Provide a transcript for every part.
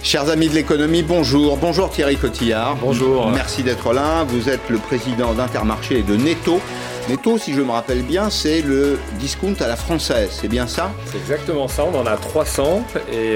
Chers amis de l'économie, bonjour. Bonjour Thierry Cotillard. Bonjour. Merci d'être là. Vous êtes le président d'Intermarché et de Netto. Netto, si je me rappelle bien, c'est le discount à la française, c'est bien ça ? C'est exactement ça, on en a 300 et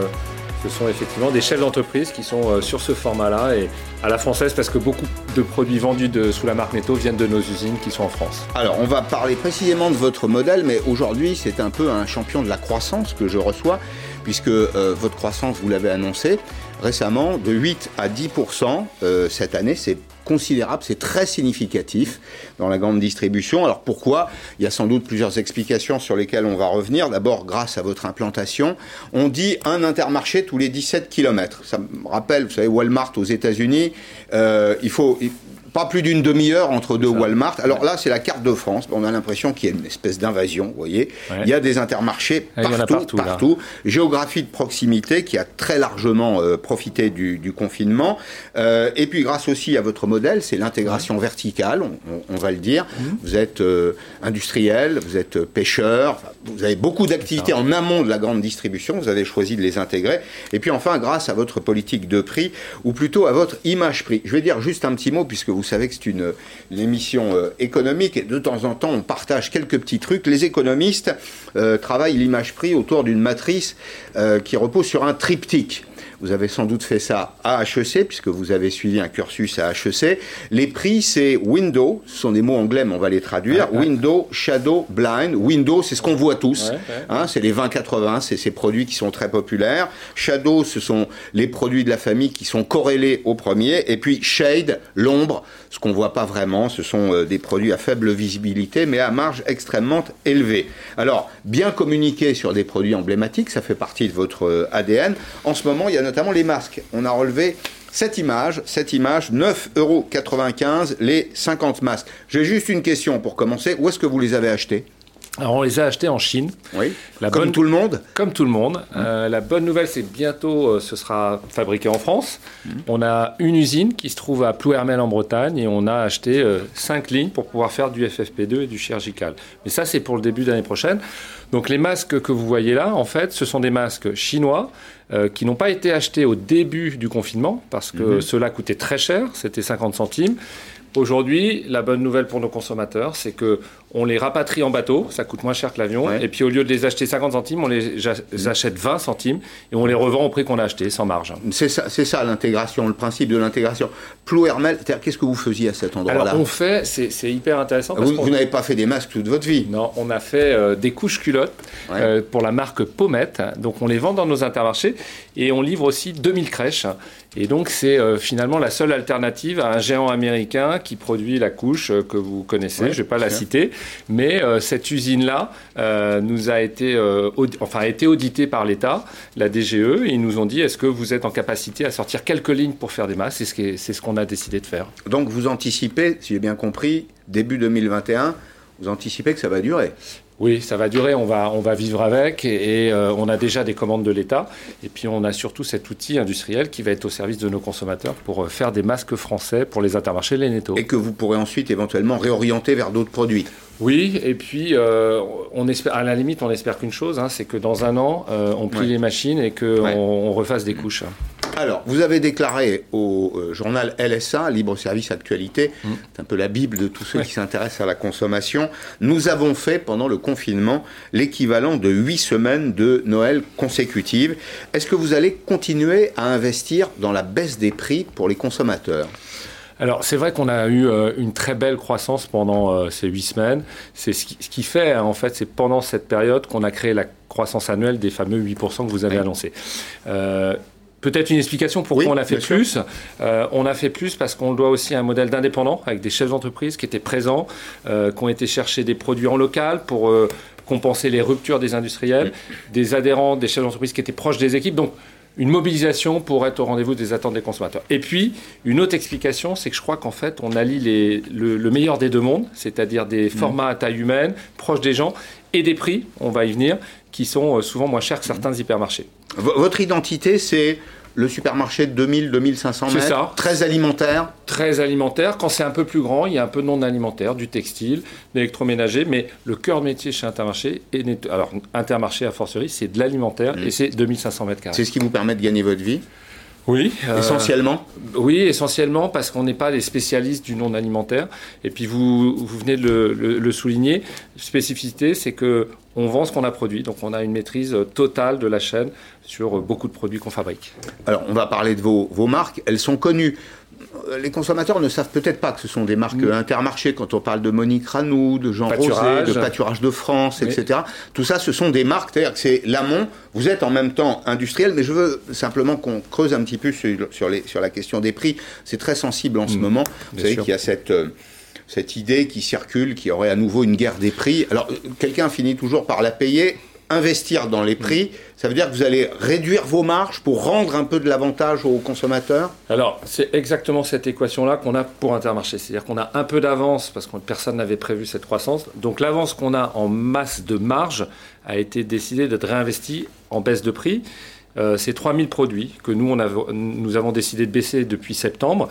ce sont effectivement des chefs d'entreprise qui sont sur ce format-là et à la française parce que beaucoup de produits vendus sous la marque Netto viennent de nos usines qui sont en France. Alors, on va parler précisément de votre modèle, mais aujourd'hui, c'est un peu un champion de la croissance que je reçois, puisque votre croissance, vous l'avez annoncé récemment, de 8 à 10% cette année, c'est considérable, c'est très significatif dans la grande distribution. Alors pourquoi ? Il y a sans doute plusieurs explications sur lesquelles on va revenir. D'abord, grâce à votre implantation, on dit un Intermarché tous les 17 km. Ça me rappelle, vous savez, Walmart aux États-Unis, il faut pas plus d'une demi-heure entre deux Walmart. Alors là, c'est la carte de France. On a l'impression qu'il y a une espèce d'invasion, vous voyez. Ouais. Il y a des Intermarchés partout. Géographie de proximité qui a très largement profité du confinement. Et puis, grâce aussi à votre modèle, c'est l'intégration verticale, on va le dire. Vous êtes industriel, vous êtes pêcheur, vous avez beaucoup d'activités en amont de la grande distribution. Vous avez choisi de les intégrer. Et puis enfin, grâce à votre politique de prix, ou plutôt à votre image prix. Je vais dire juste un petit mot, puisque vous savez que c'est une émission économique et de temps en temps on partage quelques petits trucs. Les économistes travaillent l'image prix autour d'une matrice qui repose sur un triptyque. Vous avez sans doute fait ça à HEC, puisque vous avez suivi un cursus à HEC. Les prix, c'est window, ce sont des mots anglais, mais on va les traduire. Window, shadow, blind. Window, c'est ce qu'on voit tous. Hein, c'est les 20-80, c'est ces produits qui sont très populaires. Shadow, ce sont les produits de la famille qui sont corrélés au premier. Et puis shade, l'ombre, ce qu'on ne voit pas vraiment. Ce sont des produits à faible visibilité, mais à marge extrêmement élevée. Alors, bien communiquer sur des produits emblématiques, ça fait partie de votre ADN. En ce moment, il y a notamment les masques. On a relevé cette image, 9,95 € les 50 masques. J'ai juste une question pour commencer. Où est-ce que vous les avez achetés ? Alors on les a achetés en Chine. Oui. Comme tout le monde ? Comme tout le monde. La bonne nouvelle, c'est que bientôt, ce sera fabriqué en France. On a une usine qui se trouve à Plouermel en Bretagne et on a acheté 5 lignes pour pouvoir faire du FFP2 et du chirurgical. Mais ça, c'est pour le début d'année prochaine. Donc les masques que vous voyez là, en fait, ce sont des masques chinois qui n'ont pas été achetés au début du confinement parce que cela coûtait très cher, c'était 50 centimes. Aujourd'hui, la bonne nouvelle pour nos consommateurs, c'est qu'on les rapatrie en bateau, ça coûte moins cher que l'avion, et puis au lieu de les acheter 50 centimes, on les achète 20 centimes et on les revend au prix qu'on a acheté, sans marge. C'est ça l'intégration, le principe de l'intégration. Plouermel, qu'est-ce que vous faisiez à cet endroit-là ? Alors on fait, c'est hyper intéressant. Parce vous n'avez pas fait des masques toute votre vie ? Non, on a fait des couches culottes pour la marque Pommette, donc on les vend dans nos Intermarchés et on livre aussi 2000 crèches. Et donc c'est finalement la seule alternative à un géant américain qui produit la couche que vous connaissez, je ne vais pas la citer, mais cette usine-là nous a été, a été auditée par l'État, la DGE, et ils nous ont dit est-ce que vous êtes en capacité à sortir quelques lignes pour faire des masques ? C'est ce qu'on a décidé de faire. Donc vous anticipez, si j'ai bien compris, début 2021, vous anticipez que ça va durer ? Oui, ça va durer, on va vivre avec et on a déjà des commandes de l'État et puis on a surtout cet outil industriel qui va être au service de nos consommateurs pour faire des masques français pour les Intermarchés, les Netto. Et que vous pourrez ensuite éventuellement réorienter vers d'autres produits. Oui, et puis on espère, à la limite, on espère qu'une chose, c'est que dans un an, on plie les machines et qu'on refasse des couches. Alors, vous avez déclaré au journal LSA, Libre Service Actualité, c'est un peu la Bible de tous ceux qui s'intéressent à la consommation, nous avons fait pendant le confinement l'équivalent de 8 semaines de Noël consécutives. Est-ce que vous allez continuer à investir dans la baisse des prix pour les consommateurs ? Alors, c'est vrai qu'on a eu une très belle croissance pendant ces 8 semaines. C'est ce qui fait, en fait, c'est pendant cette période qu'on a créé la croissance annuelle des fameux 8% que vous avez annoncé. Peut-être une explication pourquoi on a fait plus. On a fait plus parce qu'on doit aussi à un modèle d'indépendant avec des chefs d'entreprise qui étaient présents, qui ont été chercher des produits en local pour compenser les ruptures des industriels, des adhérents, des chefs d'entreprise qui étaient proches des équipes. Donc, une mobilisation pour être au rendez-vous des attentes des consommateurs. Et puis, une autre explication, c'est que je crois qu'en fait, on allie le meilleur des deux mondes, c'est-à-dire des formats à taille humaine, proches des gens, et des prix, on va y venir, qui sont souvent moins chers que certains hypermarchés. Votre identité, c'est le supermarché de 2000-2500 mètres. C'est ça. Très alimentaire. Très alimentaire. Quand c'est un peu plus grand, il y a un peu de non-alimentaire, du textile, de l'électroménager, mais le cœur de métier chez Intermarché, alors Intermarché à forcerie, c'est de l'alimentaire et c'est 2500 mètres carrés. C'est ce qui vous permet de gagner votre vie? Oui. Essentiellement? Oui, essentiellement parce qu'on n'est pas les spécialistes du non-alimentaire. Et puis vous venez de le souligner, spécificité, c'est qu'on vend ce qu'on a produit. Donc on a une maîtrise totale de la chaîne sur beaucoup de produits qu'on fabrique. Alors on va parler de vos marques, elles sont connues. Les consommateurs ne savent peut-être pas que ce sont des marques Intermarché quand on parle de Monique Ranoux, de Jean Rosé, de Pâturage de France, etc. Tout ça, ce sont des marques, c'est-à-dire que c'est l'amont. Vous êtes en même temps industriel, mais je veux simplement qu'on creuse un petit peu sur la question des prix. C'est très sensible en ce moment. Vous savez qu'il y a cette idée qui circule, qu'il y aurait à nouveau une guerre des prix. Alors, quelqu'un finit toujours par la payer. Investir dans les prix, ça veut dire que vous allez réduire vos marges pour rendre un peu de l'avantage aux consommateurs? Alors, c'est exactement cette équation-là qu'on a pour Intermarché. C'est-à-dire qu'on a un peu d'avance parce que personne n'avait prévu cette croissance. Donc, l'avance qu'on a en masse de marge a été décidée d'être réinvestie en baisse de prix. C'est 3000 produits que nous avons décidé de baisser depuis septembre.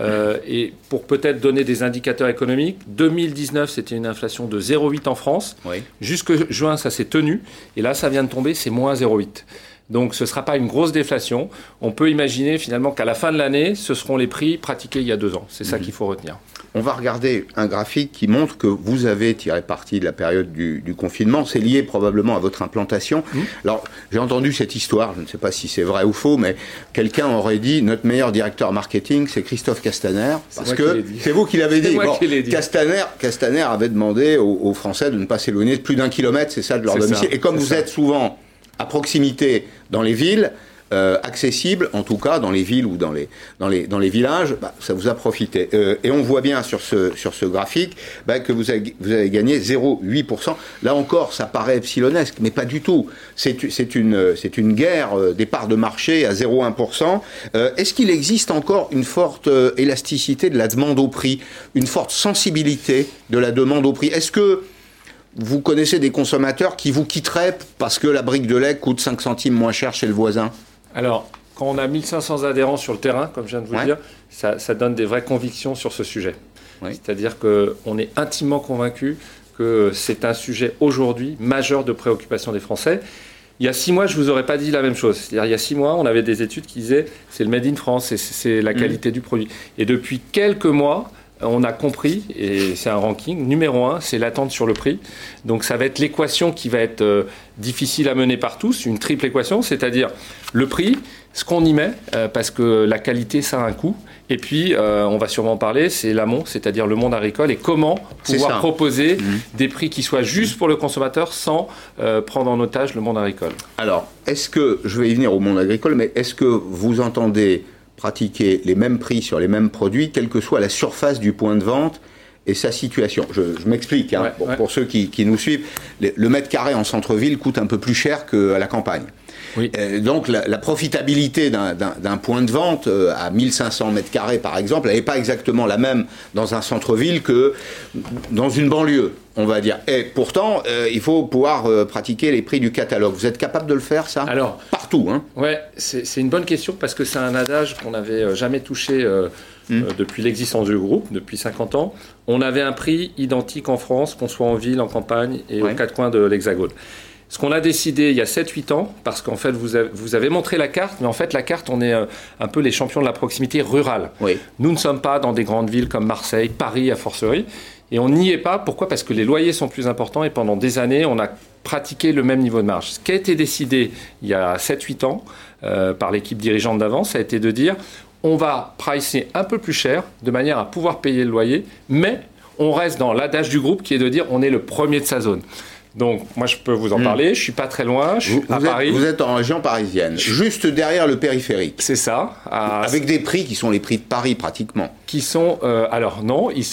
Et pour peut-être donner des indicateurs économiques, 2019, c'était une inflation de 0,8 en France. Oui. Jusque juin, ça s'est tenu. Et là, ça vient de tomber, c'est moins 0,8. Donc ce ne sera pas une grosse déflation. On peut imaginer finalement qu'à la fin de l'année, ce seront les prix pratiqués il y a 2 ans. C'est ça qu'il faut retenir. On va regarder un graphique qui montre que vous avez tiré parti de la période du confinement. C'est lié probablement à votre implantation. Alors, j'ai entendu cette histoire, je ne sais pas si c'est vrai ou faux, mais quelqu'un aurait dit notre meilleur directeur marketing, c'est Christophe Castaner. Parce que c'est vous qui l'avez dit. Bon, Castaner avait demandé aux Français de ne pas s'éloigner de plus d'1 kilomètre, c'est ça, de leur domicile. Et comme vous êtes souvent à proximité dans les villes, accessible, en tout cas dans les villes ou dans les villages, ça vous a profité. Et on voit bien sur ce graphique que vous avez gagné 0,8%. Là encore, ça paraît epsilonesque, mais pas du tout. C'est une guerre des parts de marché à 0,1%. Est-ce qu'il existe encore une forte élasticité de la demande au prix, une forte sensibilité de la demande au prix? Est-ce que vous connaissez des consommateurs qui vous quitteraient parce que la brique de lait coûte 5 centimes moins cher chez le voisin? Alors, quand on a 1500 adhérents sur le terrain, comme je viens de vous le dire, ça donne des vraies convictions sur ce sujet. Oui. C'est-à-dire qu'on est intimement convaincu que c'est un sujet aujourd'hui majeur de préoccupation des Français. Il y a 6 mois, je ne vous aurais pas dit la même chose. C'est-à-dire, il y a 6 mois, on avait des études qui disaient c'est le Made in France, c'est la qualité du produit. Et depuis quelques mois, on a compris, et c'est un ranking, numéro 1, c'est l'attente sur le prix. Donc ça va être l'équation qui va être difficile à mener par tous, une triple équation, c'est-à-dire le prix, ce qu'on y met, parce que la qualité, ça a un coût. Et puis, on va sûrement en parler, c'est l'amont, c'est-à-dire le monde agricole, et comment pouvoir proposer des prix qui soient justes pour le consommateur sans prendre en otage le monde agricole. Alors, est-ce que, je vais y venir au monde agricole, mais est-ce que vous entendez pratiquer les mêmes prix sur les mêmes produits, quelle que soit la surface du point de vente et sa situation? Je m'explique, pour ceux qui nous suivent. Le mètre carré en centre-ville coûte un peu plus cher qu'à la campagne. Oui. Donc la profitabilité d'un point de vente à 1500 mètres carrés, par exemple, elle n'est pas exactement la même dans un centre-ville que dans une banlieue, on va dire. Et pourtant, il faut pouvoir pratiquer les prix du catalogue. Vous êtes capable de le faire, ça? Alors, partout, hein? Ouais, c'est une bonne question parce que c'est un adage qu'on n'avait jamais touché depuis l'existence du groupe, depuis 50 ans. On avait un prix identique en France, qu'on soit en ville, en campagne et aux 4 coins de l'Hexagone. Ce qu'on a décidé il y a 7-8 ans, parce qu'en fait, vous avez montré la carte, mais en fait, la carte, on est un peu les champions de la proximité rurale. Oui. Nous ne sommes pas dans des grandes villes comme Marseille, Paris, à forcerie, et on n'y est pas. Pourquoi? Parce que les loyers sont plus importants, et pendant des années, on a pratiqué le même niveau de marge. Ce qui a été décidé il y a 7-8 ans par l'équipe dirigeante d'avant, ça a été de dire on va pricer un peu plus cher, de manière à pouvoir payer le loyer, mais on reste dans l'adage du groupe qui est de dire on est le premier de sa zone. Donc, moi, je peux vous en parler. Je ne suis pas très loin. Je suis à Paris. Vous êtes en région parisienne, juste derrière le périphérique. C'est ça. Avec des prix qui sont les prix de Paris, pratiquement. Qui sont... alors, non, ils sont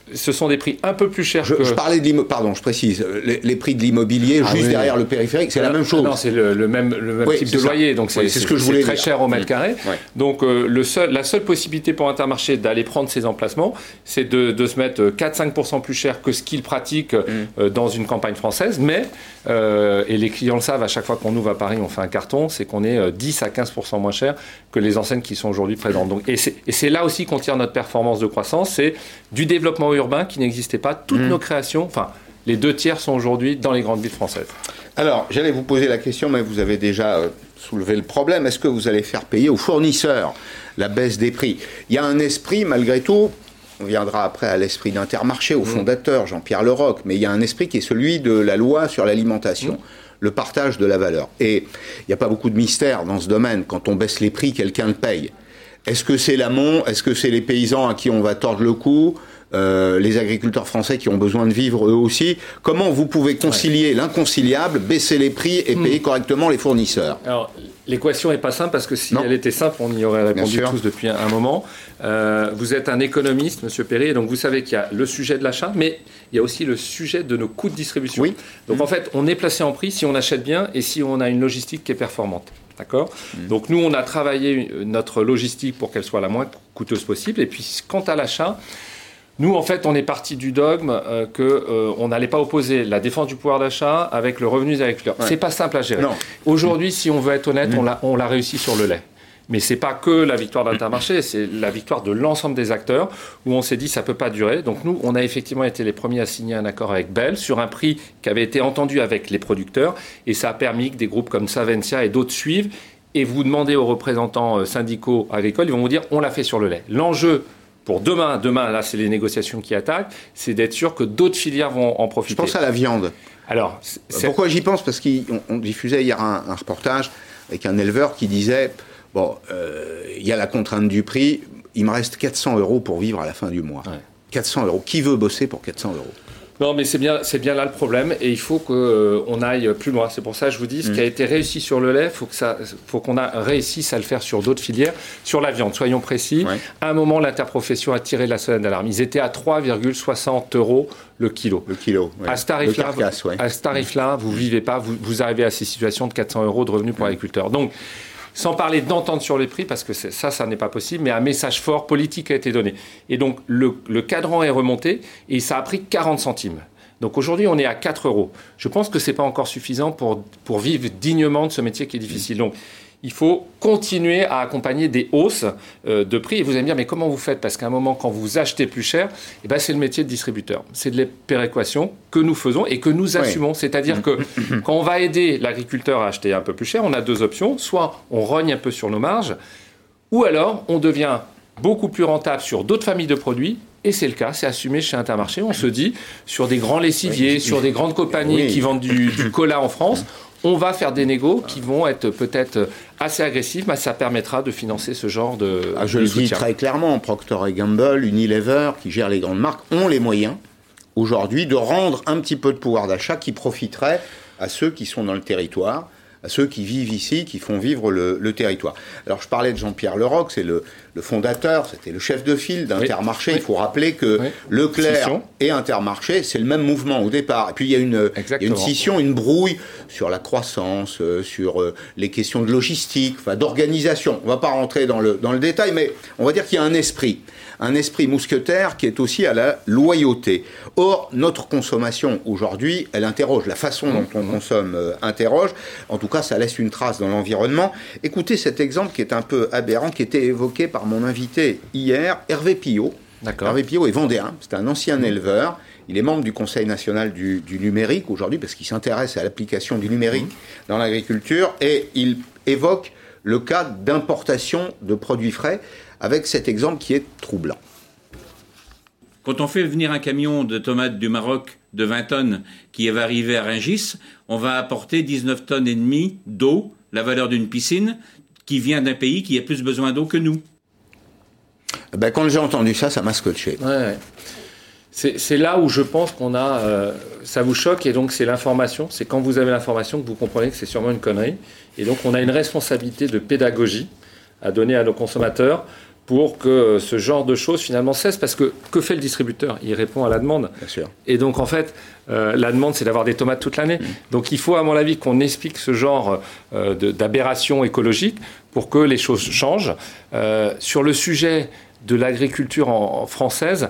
ce sont des prix un peu plus chers Je parlais de pardon, je précise, les prix de l'immobilier juste derrière le périphérique, c'est la même chose. Non, c'est le même type de loyer, donc c'est ce que je voulais très dire. cher au mètre carré. Ouais. Donc la seule possibilité pour Intermarché d'aller prendre ces emplacements, c'est de se mettre 4-5% plus cher que ce qu'ils pratiquent dans une campagne française, mais, et les clients le savent, à chaque fois qu'on ouvre à Paris, on fait un carton, c'est qu'on est 10 à 15% moins cher que les enseignes qui sont aujourd'hui présentes. Donc, et c'est là aussi qu'on tire notre performance de croissance, c'est du développement urbain qui n'existait pas. Toutes nos créations, enfin, les 2 tiers sont aujourd'hui dans les grandes villes françaises. Alors, j'allais vous poser la question, mais vous avez déjà soulevé le problème. Est-ce que vous allez faire payer aux fournisseurs la baisse des prix? Il y a un esprit, malgré tout, on viendra après à l'esprit d'Intermarché, au fondateur, Jean-Pierre Leroc, mais il y a un esprit qui est celui de la loi sur l'alimentation. Le partage de la valeur. Et il n'y a pas beaucoup de mystère dans ce domaine. Quand on baisse les prix, quelqu'un le paye. Est-ce que c'est l'amont? Est-ce que c'est les paysans à qui on va tordre le cou? Les agriculteurs français qui ont besoin de vivre eux aussi? Comment vous pouvez concilier l'inconciliable, baisser les prix et payer correctement les fournisseurs? Alors, l'équation n'est pas simple parce que si elle était simple, on y aurait répondu tous depuis un moment. Vous êtes un économiste, Monsieur Perry, et donc vous savez qu'il y a le sujet de l'achat, mais il y a aussi le sujet de nos coûts de distribution. Oui. Donc en fait, on est placé en prix si on achète bien et si on a une logistique qui est performante. D'accord ? Donc nous, on a travaillé notre logistique pour qu'elle soit la moins coûteuse possible. Et puis, quant à l'achat, nous, en fait, on est parti du dogme qu'on n'allait pas opposer la défense du pouvoir d'achat avec le revenu des agriculteurs. Ouais. C'est pas simple à gérer. Non. Aujourd'hui, si on veut être honnête, on l'a réussi sur le lait. Mais c'est pas que la victoire d'Intermarché, c'est la victoire de l'ensemble des acteurs où on s'est dit ça peut pas durer. Donc nous, on a effectivement été les premiers à signer un accord avec Bell sur un prix qui avait été entendu avec les producteurs et ça a permis que des groupes comme Savencia et d'autres suivent. Et vous demandez aux représentants syndicaux agricoles, ils vont vous dire on l'a fait sur le lait. L'enjeu pour demain, là c'est les négociations qui attaquent, c'est d'être sûr que d'autres filières vont en profiter. Je pense à la viande. Alors, pourquoi j'y pense? Parce qu'on diffusait hier un reportage avec un éleveur qui disait bon, il y a la contrainte du prix, il me reste 400 € pour vivre à la fin du mois. Ouais. 400 €. Qui veut bosser pour 400 €? Non, mais c'est bien là le problème et il faut qu'on aille plus loin. C'est pour ça que je vous dis, ce qui a été réussi sur le lait, faut qu'on réussisse à le faire sur d'autres filières. Sur la viande, soyons précis, à un moment, l'interprofession a tiré la sonnette d'alarme. Ils étaient à 3,60 € le kilo. Le kilo, oui. À ce tarif-là, vous ne vivez pas, vous arrivez à ces situations de 400 € de revenus pour l'agriculteur. Donc, sans parler d'entente sur les prix, parce que ça n'est pas possible, mais un message fort politique a été donné. Et donc, le cadran est remonté et ça a pris 40 centimes. Donc aujourd'hui, on est à 4 €. Je pense que ce n'est pas encore suffisant pour vivre dignement de ce métier qui est difficile. Donc, il faut continuer à accompagner des hausses de prix. Et vous allez me dire, mais comment vous faites? Parce qu'à un moment, quand vous achetez plus cher, eh ben, c'est le métier de distributeur. C'est de la péréquation que nous faisons et que nous assumons. C'est-à-dire que quand on va aider l'agriculteur à acheter un peu plus cher, on a 2 options. Soit on rogne un peu sur nos marges, ou alors on devient beaucoup plus rentable sur d'autres familles de produits. Et c'est le cas, c'est assumé chez Intermarché. On se dit, sur des grands lessiviers, sur des grandes compagnies qui vendent du cola en France, on va faire des négos qui vont être peut-être assez agressifs, mais ça permettra de financer ce genre de je le dis très clairement, Procter & Gamble, Unilever, qui gèrent les grandes marques, ont les moyens aujourd'hui de rendre un petit peu de pouvoir d'achat qui profiterait à ceux qui sont dans le territoire, à ceux qui vivent ici, qui font vivre le territoire. Alors je parlais de Jean-Pierre Leroc, c'est le fondateur, c'était le chef de file d'Intermarché. Il faut rappeler que Leclerc et Intermarché, c'est le même mouvement au départ. Et puis il y a une scission, une brouille sur la croissance, sur les questions de logistique, enfin d'organisation. On ne va pas rentrer dans le détail, mais on va dire qu'il y a un esprit mousquetaire qui est aussi à la loyauté. Or, notre consommation aujourd'hui, elle interroge. La façon dont on consomme interroge. En tout cas, ça laisse une trace dans l'environnement. Écoutez cet exemple qui est un peu aberrant, qui était évoqué par mon invité hier, Hervé Pillot. D'accord. Hervé Pillot est vendéen, c'est un ancien éleveur. Il est membre du Conseil national du numérique aujourd'hui parce qu'il s'intéresse à l'application du numérique dans l'agriculture et il évoque le cas d'importation de produits frais avec cet exemple qui est troublant. Quand on fait venir un camion de tomates du Maroc de 20 tonnes qui va arriver à Rungis, on va apporter 19 tonnes et demie d'eau, la valeur d'une piscine, qui vient d'un pays qui a plus besoin d'eau que nous. Ben, quand j'ai entendu ça m'a scotché. Ouais. C'est là où je pense qu'on a... ça vous choque et donc c'est l'information. C'est quand vous avez l'information que vous comprenez que c'est sûrement une connerie. Et donc on a une responsabilité de pédagogie à donner à nos consommateurs pour que ce genre de choses finalement cesse, parce que fait le distributeur ? Il répond à la demande. Bien sûr. Et donc en fait, la demande, c'est d'avoir des tomates toute l'année. Donc il faut, à mon avis, qu'on explique ce genre d'aberration écologique pour que les choses changent. Sur le sujet de l'agriculture française,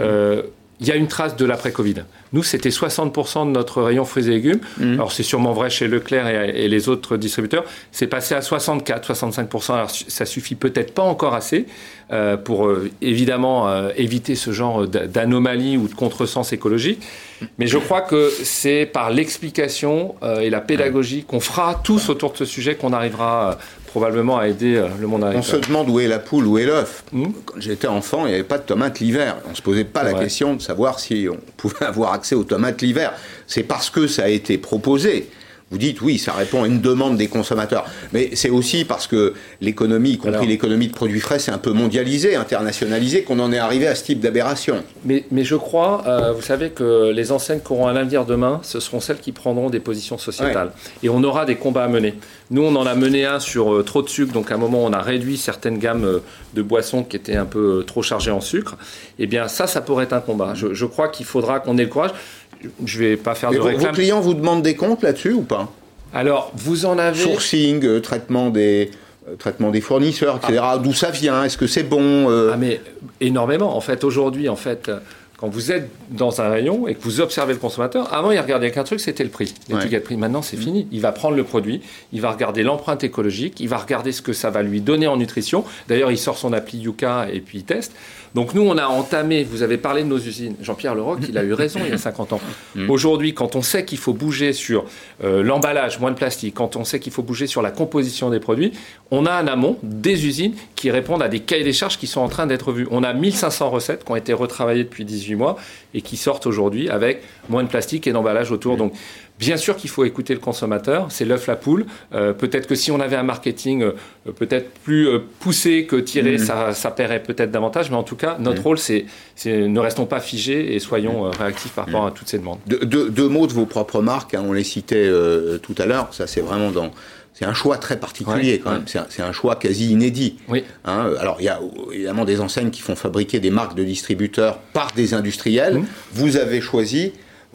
il y a une trace de l'après-Covid. Nous, c'était 60% de notre rayon fruits et légumes. Alors, c'est sûrement vrai chez Leclerc et les autres distributeurs. C'est passé à 64, 65%. Alors, ça suffit peut-être pas encore assez pour, évidemment, éviter ce genre d'anomalie ou de contresens écologique. Mais je crois que c'est par l'explication et la pédagogie qu'on fera tous autour de ce sujet qu'on arrivera probablement à aider le monde agricole. On se demande où est la poule, où est l'œuf. Quand j'étais enfant, il n'y avait pas de tomates l'hiver. On ne se posait pas la question de savoir si on pouvait avoir accès aux tomates l'hiver. C'est parce que ça a été proposé. Vous dites, oui, ça répond à une demande des consommateurs. Mais c'est aussi parce que l'économie, y compris l'économie de produits frais, c'est un peu mondialisé, internationalisé, qu'on en est arrivé à ce type d'aberration. Mais je crois, vous savez que les enseignes qui auront un avenir demain, ce seront celles qui prendront des positions sociétales. Et on aura des combats à mener. Nous, on en a mené un sur trop de sucre. Donc, à un moment, on a réduit certaines gammes de boissons qui étaient un peu trop chargées en sucre. Eh bien, ça pourrait être un combat. Je crois qu'il faudra qu'on ait le courage. Je ne vais pas faire de réclame. Vos clients vous demandent des comptes là-dessus ou pas ? Alors, vous en avez... Sourcing, traitement des fournisseurs, etc. D'où ça vient ? Est-ce que c'est bon mais énormément. En fait, aujourd'hui, quand vous êtes dans un rayon et que vous observez le consommateur, avant, il regardait qu'un truc, c'était le prix, l'étiquette prix. Maintenant, c'est fini. Il va prendre le produit, il va regarder l'empreinte écologique, il va regarder ce que ça va lui donner en nutrition. D'ailleurs, il sort son appli Yuka et puis il teste. Donc nous, on a entamé, vous avez parlé de nos usines. Jean-Pierre Leroc, il a eu raison il y a 50 ans. Aujourd'hui, quand on sait qu'il faut bouger sur l'emballage, moins de plastique, quand on sait qu'il faut bouger sur la composition des produits, on a en amont des usines qui répondent à des cahiers des charges qui sont en train d'être vus. On a 1500 recettes qui ont été retravaillées depuis 18 mois et qui sortent aujourd'hui avec moins de plastique et d'emballage autour. Donc, bien sûr qu'il faut écouter le consommateur, c'est l'œuf la poule. Peut-être que si on avait un marketing peut-être plus poussé que tiré, ça paierait peut-être davantage. Mais en tout cas, notre rôle, c'est ne restons pas figés et soyons réactifs par rapport à toutes ces demandes. Deux mots de vos propres marques, on les citait tout à l'heure. Ça, c'est vraiment c'est un choix très particulier quand même. C'est un choix quasi inédit. Oui. Alors, il y a évidemment des enseignes qui font fabriquer des marques de distributeurs par des industriels. Vous avez choisi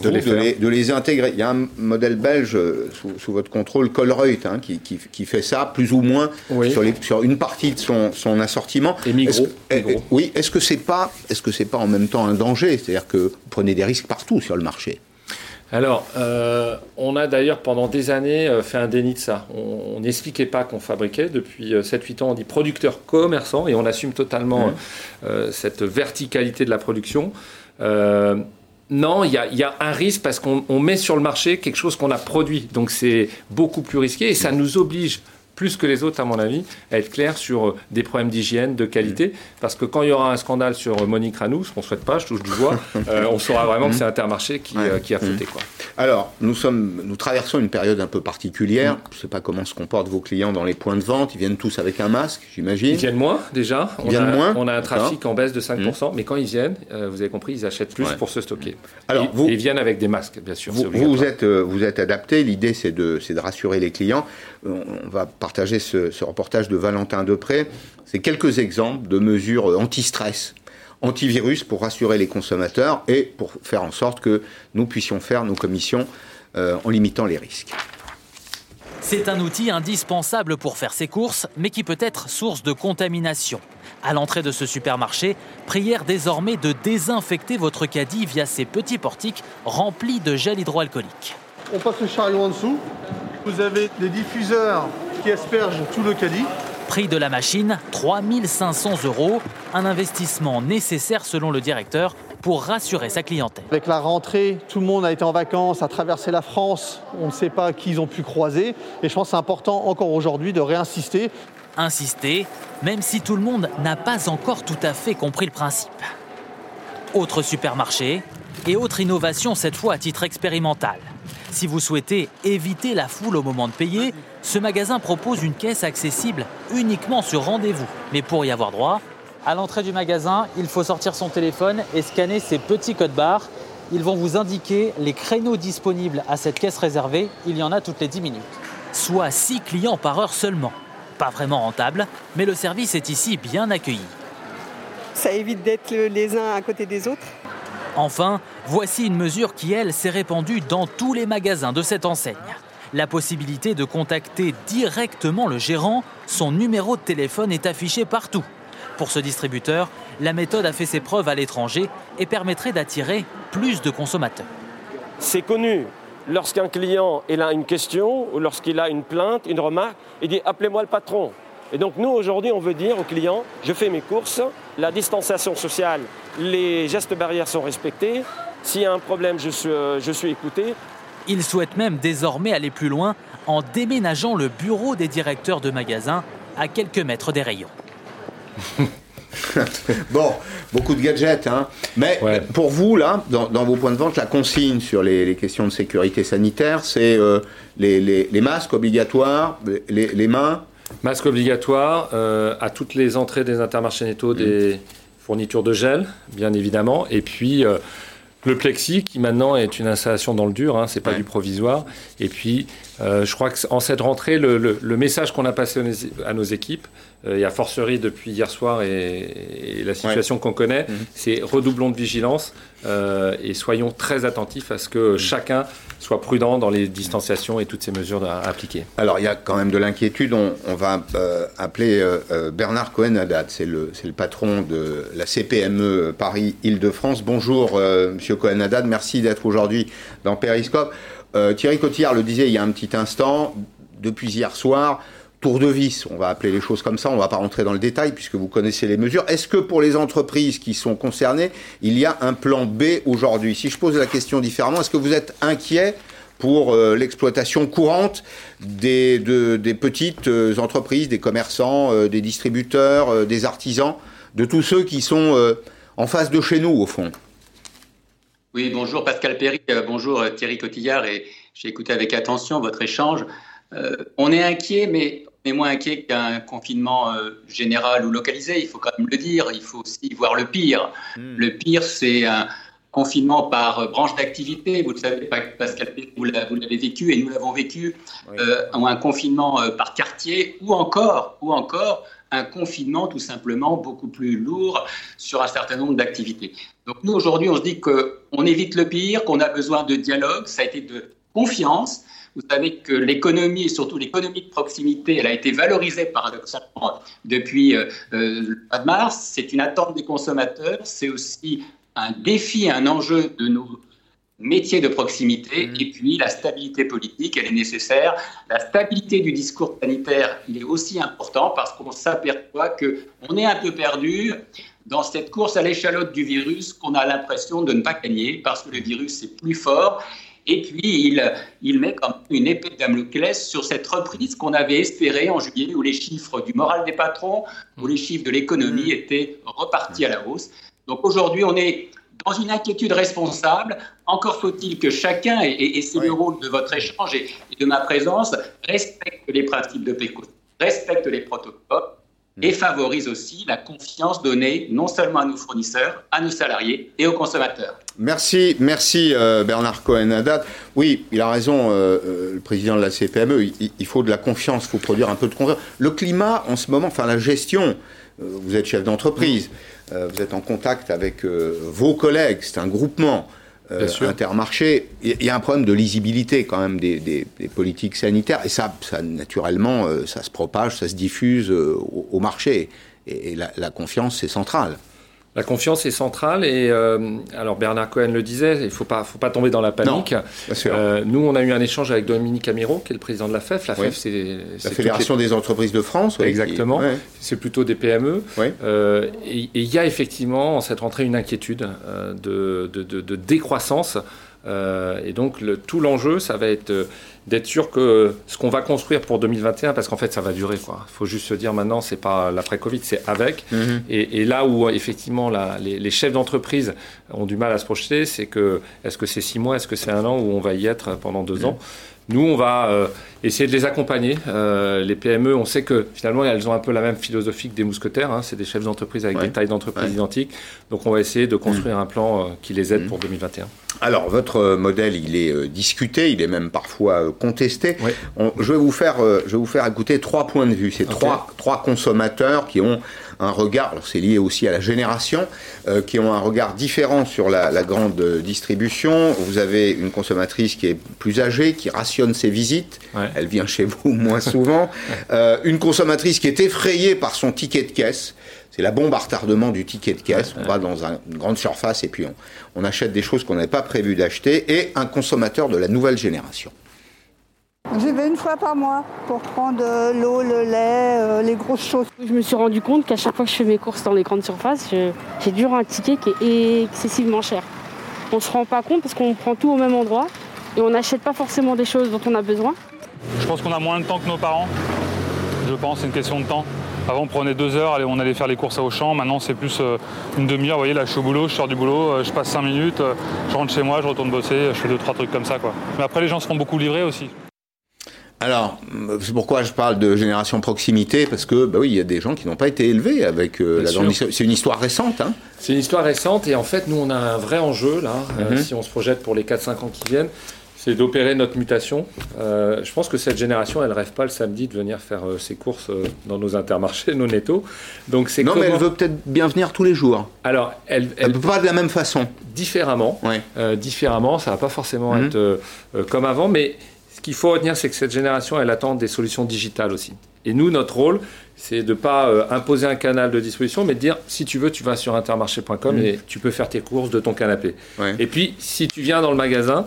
de les intégrer. Il y a un modèle belge sous votre contrôle, Colruyt, qui fait ça plus ou moins sur une partie de son assortiment. Et Migros. Oui. Est-ce que c'est pas en même temps un danger ? C'est-à-dire que vous prenez des risques partout sur le marché. Alors, on a d'ailleurs pendant des années fait un déni de ça. On n'expliquait pas qu'on fabriquait. Depuis 7-8 ans, on dit producteur commerçant et on assume totalement cette verticalité de la production. Non, il y a un risque parce qu'on met sur le marché quelque chose qu'on a produit. Donc c'est beaucoup plus risqué et ça nous oblige, plus que les autres à mon avis, à être clair sur des problèmes d'hygiène, de qualité. Parce que quand il y aura un scandale sur Monique Ranoux, ce qu'on ne souhaite pas, je touche du bois, on saura vraiment que c'est Intermarché qui a fauté. Alors, nous traversons une période un peu particulière. Je ne sais pas comment se comportent vos clients dans les points de vente. Ils viennent tous avec un masque, j'imagine. Ils viennent moins, déjà. On a un trafic en baisse de 5%. Mais quand ils viennent, vous avez compris, ils achètent plus pour se stocker. Alors, ils viennent avec des masques, bien sûr. Vous êtes adapté. L'idée, c'est de rassurer les clients. On va partager ce reportage de Valentin Depré. C'est quelques exemples de mesures anti-stress, antivirus pour rassurer les consommateurs et pour faire en sorte que nous puissions faire nos commissions en limitant les risques. C'est un outil indispensable pour faire ses courses, mais qui peut être source de contamination. À l'entrée de ce supermarché, prière désormais de désinfecter votre caddie via ces petits portiques remplis de gel hydroalcoolique. On passe le chariot en dessous. Vous avez des diffuseurs qui aspergent tout le caddie. Prix de la machine, 3 500 €, un investissement nécessaire selon le directeur pour rassurer sa clientèle. Avec la rentrée, tout le monde a été en vacances, a traversé la France, on ne sait pas qui ils ont pu croiser. Et je pense que c'est important encore aujourd'hui de réinsister. Insister, même si tout le monde n'a pas encore tout à fait compris le principe. Autre supermarché et autre innovation cette fois à titre expérimental. Si vous souhaitez éviter la foule au moment de payer, ce magasin propose une caisse accessible uniquement sur rendez-vous. Mais pour y avoir droit, à l'entrée du magasin, il faut sortir son téléphone et scanner ces petits codes barres. Ils vont vous indiquer les créneaux disponibles à cette caisse réservée. Il y en a toutes les 10 minutes. Soit 6 clients par heure seulement. Pas vraiment rentable, mais le service est ici bien accueilli. Ça évite d'être les uns à côté des autres. Enfin, voici une mesure qui, elle, s'est répandue dans tous les magasins de cette enseigne. La possibilité de contacter directement le gérant, son numéro de téléphone est affiché partout. Pour ce distributeur, la méthode a fait ses preuves à l'étranger et permettrait d'attirer plus de consommateurs. C'est connu. Lorsqu'un client il a une question ou lorsqu'il a une plainte, une remarque, il dit « appelez-moi le patron ». Et donc nous, aujourd'hui, on veut dire au client « je fais mes courses, la distanciation sociale, les gestes barrières sont respectés, s'il y a un problème, je suis écouté ». Il souhaite même désormais aller plus loin en déménageant le bureau des directeurs de magasins à quelques mètres des rayons. Bon, beaucoup de gadgets, hein. Mais pour vous, là, dans vos points de vente, la consigne sur les questions de sécurité sanitaire, c'est les masques obligatoires, les mains. Masques obligatoires à toutes les entrées des Intermarchés Netto, des fournitures de gel, bien évidemment, et puis le plexi qui maintenant est une installation dans le dur, hein, c'est pas du provisoire. Et puis je crois qu'en cette rentrée, le message qu'on a passé à nos équipes, et à fortiori depuis hier soir et la situation qu'on connaît, c'est redoublons de vigilance et soyons très attentifs à ce que chacun soit prudent dans les distanciations et toutes ces mesures à appliquer. Alors il y a quand même de l'inquiétude, on va appeler Bernard Cohen-Haddad, c'est le patron de la CPME Paris-Île-de-France. Bonjour Monsieur Cohen-Haddad, merci d'être aujourd'hui dans Périscope. Thierry Cotillard le disait il y a un petit instant, depuis hier soir, tour de vis, on va appeler les choses comme ça, on ne va pas rentrer dans le détail puisque vous connaissez les mesures. Est-ce que pour les entreprises qui sont concernées, il y a un plan B aujourd'hui ? Si je pose la question différemment, est-ce que vous êtes inquiet pour l'exploitation courante des petites entreprises, des commerçants, des distributeurs, des artisans, de tous ceux qui sont en face de chez nous au fond ? Oui, bonjour Pascal Perry, bonjour Thierry Cotillard, et j'ai écouté avec attention votre échange. On est inquiet, mais on est moins inquiet qu'un confinement général ou localisé, il faut quand même le dire. Il faut aussi voir le pire. Le pire, c'est un confinement par branche d'activité. Vous le savez, Pascal, vous l'avez vécu et nous l'avons vécu. Ou un confinement par quartier, ou encore un confinement tout simplement beaucoup plus lourd sur un certain nombre d'activités. Donc nous, aujourd'hui, on se dit qu'on évite le pire, qu'on a besoin de dialogue. Ça a été de confiance. Vous savez que l'économie, et surtout l'économie de proximité, elle a été valorisée paradoxalement depuis le mois de mars. C'est une attente des consommateurs, c'est aussi un défi, un enjeu de nos métiers de proximité. Et puis la stabilité politique, elle est nécessaire. La stabilité du discours sanitaire, il est aussi important parce qu'on s'aperçoit qu'on est un peu perdu dans cette course à l'échalote du virus qu'on a l'impression de ne pas gagner parce que le virus est plus fort. Et puis, il met comme une épée de Damoclès sur cette reprise qu'on avait espérée en juillet, où les chiffres du moral des patrons, où les chiffres de l'économie étaient repartis à la hausse. Donc aujourd'hui, on est dans une inquiétude responsable. Encore faut-il que chacun, et c'est le rôle de votre échange et de ma présence, respecte les principes de précaution, respecte les protocoles et favorise aussi la confiance donnée non seulement à nos fournisseurs, à nos salariés et aux consommateurs. Merci Bernard Cohen-Haddad. Oui, il a raison, le président de la CPME, il faut de la confiance, il faut produire un peu de confiance. Le climat en ce moment, enfin la gestion, vous êtes chef d'entreprise, vous êtes en contact avec vos collègues, c'est un groupement Intermarché. Il y a un problème de lisibilité quand même des politiques sanitaires et ça naturellement, ça se propage, ça se diffuse au marché. Et la confiance, c'est central. La confiance est centrale et alors Bernard Cohen le disait, il faut pas tomber dans la panique. Nous, on a eu un échange avec Dominique Amirault, qui est le président de la FEF. La FEF, c'est la Fédération des entreprises de France. Exactement. C'est plutôt des PME. Et il y a effectivement en cette rentrée une inquiétude de décroissance. Et donc tout l'enjeu, ça va être d'être sûr que ce qu'on va construire pour 2021, parce qu'en fait ça va durer, quoi. Il faut juste se dire maintenant, c'est pas l'après-Covid, c'est avec. Et là où effectivement les chefs d'entreprise ont du mal à se projeter, c'est que est-ce que c'est 6 mois, est-ce que c'est 1 an, ou on va y être pendant 2 ans. Nous, on va essayer de les accompagner. Les PME, on sait que finalement, elles ont un peu la même philosophie que des mousquetaires. C'est des chefs d'entreprise avec des tailles d'entreprise identiques. Donc, on va essayer de construire un plan qui les aide pour 2021. Alors, votre modèle, il est discuté, il est même parfois contesté. Je vais vous faire écouter 3 points de vue. C'est trois consommateurs qui ont un regard, alors c'est lié aussi à la génération, qui ont un regard différent sur la grande distribution. Vous avez une consommatrice qui est plus âgée, qui rationne ses visites, elle vient chez vous moins souvent. Une consommatrice qui est effrayée par son ticket de caisse. C'est la bombe à retardement du ticket de caisse. On va dans une grande surface et puis on achète des choses qu'on n'avait pas prévu d'acheter. Et un consommateur de la nouvelle génération. J'y vais une fois par mois pour prendre l'eau, le lait, les grosses choses. Je me suis rendu compte qu'à chaque fois que je fais mes courses dans les grandes surfaces, j'ai toujours un ticket qui est excessivement cher. On ne se rend pas compte parce qu'on prend tout au même endroit et on n'achète pas forcément des choses dont on a besoin. Je pense qu'on a moins de temps que nos parents. Je pense c'est une question de temps. Avant, on prenait 2 heures, on allait faire les courses à Auchan. Maintenant, c'est plus une demi-heure. Vous voyez, là, je suis au boulot, je sors du boulot, je passe 5 minutes, je rentre chez moi, je retourne bosser, je fais 2-3 trucs comme ça, quoi. Mais après, les gens se font beaucoup livrer aussi. Alors, c'est pourquoi je parle de génération proximité, parce que, bah oui, il y a des gens qui n'ont pas été élevés avec la grande distribution. C'est une histoire récente, hein. C'est une histoire récente, et en fait, nous, on a un vrai enjeu, là, si on se projette pour les 4-5 ans qui viennent. C'est d'opérer notre mutation. Je pense que cette génération, elle ne rêve pas le samedi de venir faire ses courses dans nos Intermarchés, nos Netto. Donc c'est mais elle veut peut-être bien venir tous les jours. Alors, elle peut pas de la même façon. Différemment. Différemment, ça ne va pas forcément être comme avant. Mais ce qu'il faut retenir, c'est que cette génération, elle attend des solutions digitales aussi. Et nous, notre rôle, c'est de ne pas imposer un canal de distribution, mais de dire, si tu veux, tu vas sur intermarché.com et tu peux faire tes courses de ton canapé. Et puis, si tu viens dans le magasin,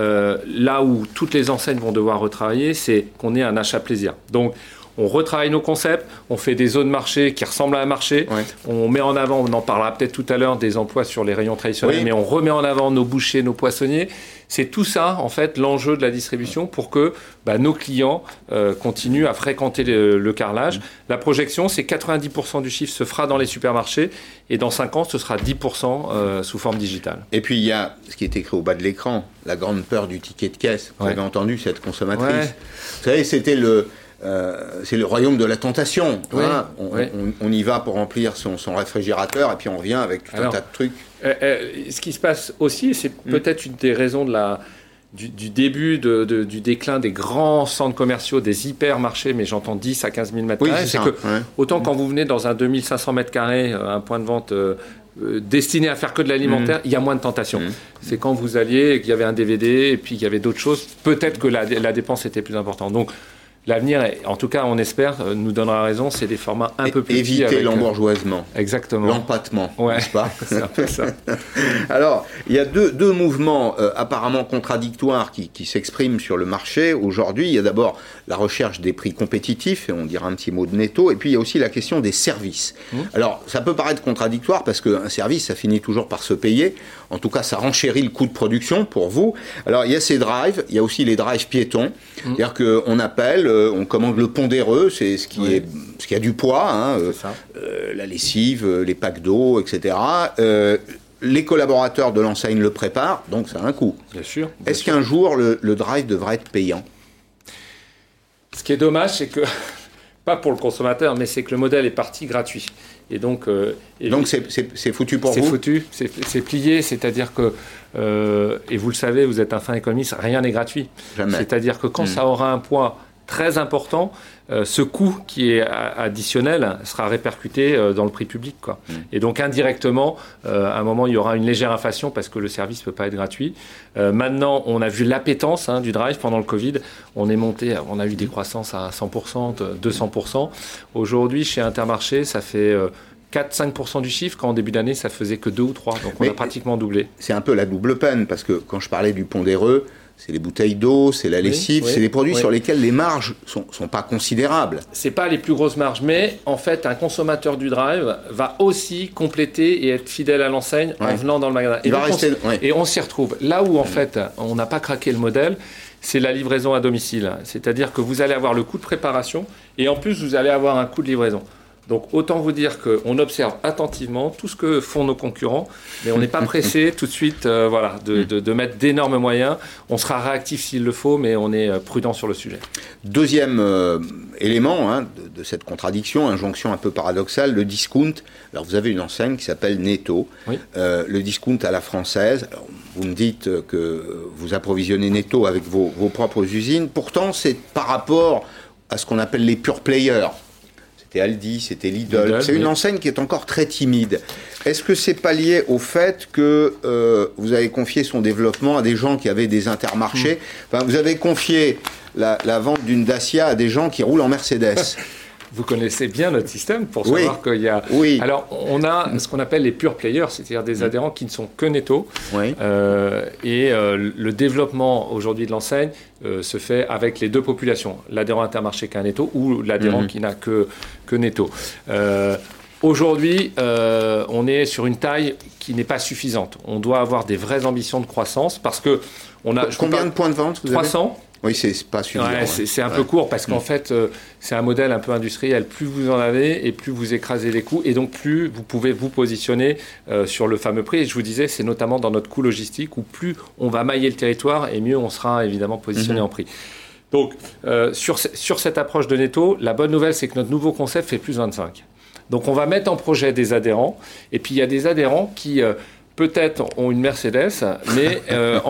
là où toutes les enseignes vont devoir retravailler, c'est qu'on ait un achat plaisir. Donc, on retravaille nos concepts, on fait des zones marché qui ressemblent à un marché, on met en avant, on en parlera peut-être tout à l'heure, des emplois sur les rayons traditionnels, mais on remet en avant nos bouchers, nos poissonniers. C'est tout ça, en fait, l'enjeu de la distribution pour que nos clients continuent à fréquenter le carrelage. La projection, c'est 90% du chiffre se fera dans les supermarchés et dans 5 ans, ce sera 10% sous forme digitale. Et puis, il y a ce qui est écrit au bas de l'écran, la grande peur du ticket de caisse. Vous avez entendu cette consommatrice. Vous savez, c'était c'est le royaume de la tentation. On y va pour remplir son réfrigérateur et puis on revient avec tout un tas de trucs. Ce qui se passe aussi, c'est peut-être une des raisons du début du déclin des grands centres commerciaux, des hypermarchés, mais j'entends 10 à 15 000 mètres carrés. C'est que autant quand vous venez dans un 2500 mètres carrés, un point de vente destiné à faire que de l'alimentaire, il y a moins de tentations. C'est quand vous alliez et qu'il y avait un DVD et puis qu'il y avait d'autres choses, peut-être que la dépense était plus importante. Donc, l'avenir, en tout cas, on espère, nous donnera raison, c'est des formats un peu plus petits. Éviter l'embourgeoisement. Exactement. L'empâtement, n'est-ce pas? C'est un peu ça. Alors, il y a deux mouvements apparemment contradictoires qui s'expriment sur le marché aujourd'hui. Il y a d'abord la recherche des prix compétitifs, et on dira un petit mot de Netto, et puis il y a aussi la question des services. Alors, ça peut paraître contradictoire parce qu'un service, ça finit toujours par se payer. En tout cas, ça renchérit le coût de production pour vous. Alors, il y a ces drives, il y a aussi les drives piétons. C'est-à-dire qu'on appelle, on commande le pondéreux, c'est ce qui a du poids, la lessive, les packs d'eau, etc. Les collaborateurs de l'enseigne le préparent, donc ça a un coût. Bien sûr. Est-ce qu'un jour, le drive devrait être payant? Ce qui est dommage, c'est que, pas pour le consommateur, mais c'est que le modèle est parti gratuit. Et donc c'est foutu pour vous? C'est foutu, c'est plié, c'est-à-dire que, et vous le savez, vous êtes un fin économiste, rien n'est gratuit. Jamais. C'est-à-dire que quand ça aura un poids très important, ce coût qui est additionnel sera répercuté dans le prix public, quoi. Et donc indirectement, à un moment, il y aura une légère inflation parce que le service ne peut pas être gratuit. Maintenant, on a vu l'appétence du drive pendant le Covid. On a eu des croissances à 100%, 200%. Aujourd'hui, chez Intermarché, ça fait 4-5% du chiffre, quand en début d'année, ça faisait que 2 ou 3. Donc on a pratiquement doublé. C'est un peu la double peine, parce que quand je parlais du pondéreux, c'est les bouteilles d'eau, c'est la lessive, c'est des produits sur lesquels les marges sont pas considérables. C'est pas les plus grosses marges, mais en fait, un consommateur du drive va aussi compléter et être fidèle à l'enseigne en venant dans le magasin. Et on s'y retrouve. Là où, en fait, on n'a pas craqué le modèle, c'est la livraison à domicile. C'est-à-dire que vous allez avoir le coût de préparation et en plus, vous allez avoir un coût de livraison. Donc autant vous dire qu'on observe attentivement tout ce que font nos concurrents, mais on n'est pas pressé tout de suite de mettre d'énormes moyens. On sera réactif s'il le faut, mais on est prudent sur le sujet. Deuxième élément de cette contradiction, injonction un peu paradoxale, le discount. Alors vous avez une enseigne qui s'appelle Netto, le discount à la française. Alors, vous me dites que vous approvisionnez Netto avec vos propres usines. Pourtant, c'est par rapport à ce qu'on appelle les pure players. C'était Aldi, c'était Lidl. C'est une enseigne qui est encore très timide. Est-ce que c'est pas lié au fait que vous avez confié son développement à des gens qui avaient des Intermarchés? Enfin, vous avez confié la vente d'une Dacia à des gens qui roulent en Mercedes. Vous connaissez bien notre système pour savoir qu'il y a... Oui. Alors, on a ce qu'on appelle les pure players, c'est-à-dire des adhérents qui ne sont que netto. Oui. Le développement aujourd'hui de l'enseigne se fait avec les deux populations, l'adhérent Intermarché qui a un netto ou l'adhérent qui n'a que netto. Aujourd'hui, on est sur une taille qui n'est pas suffisante. On doit avoir des vraies ambitions de croissance parce que on a... Combien de points de vente vous 300 avez ? Oui, c'est pas suffisant. Ouais, c'est un peu court parce qu'en fait, c'est un modèle un peu industriel. Plus vous en avez et plus vous écrasez les coûts et donc plus vous pouvez vous positionner sur le fameux prix. Et je vous disais, c'est notamment dans notre coût logistique où plus on va mailler le territoire et mieux on sera évidemment positionné en prix. Donc, sur cette approche de netto, la bonne nouvelle, c'est que notre nouveau concept fait plus 25. Donc, on va mettre en projet des adhérents. Et puis, il y a des adhérents qui... peut-être ont une Mercedes, mais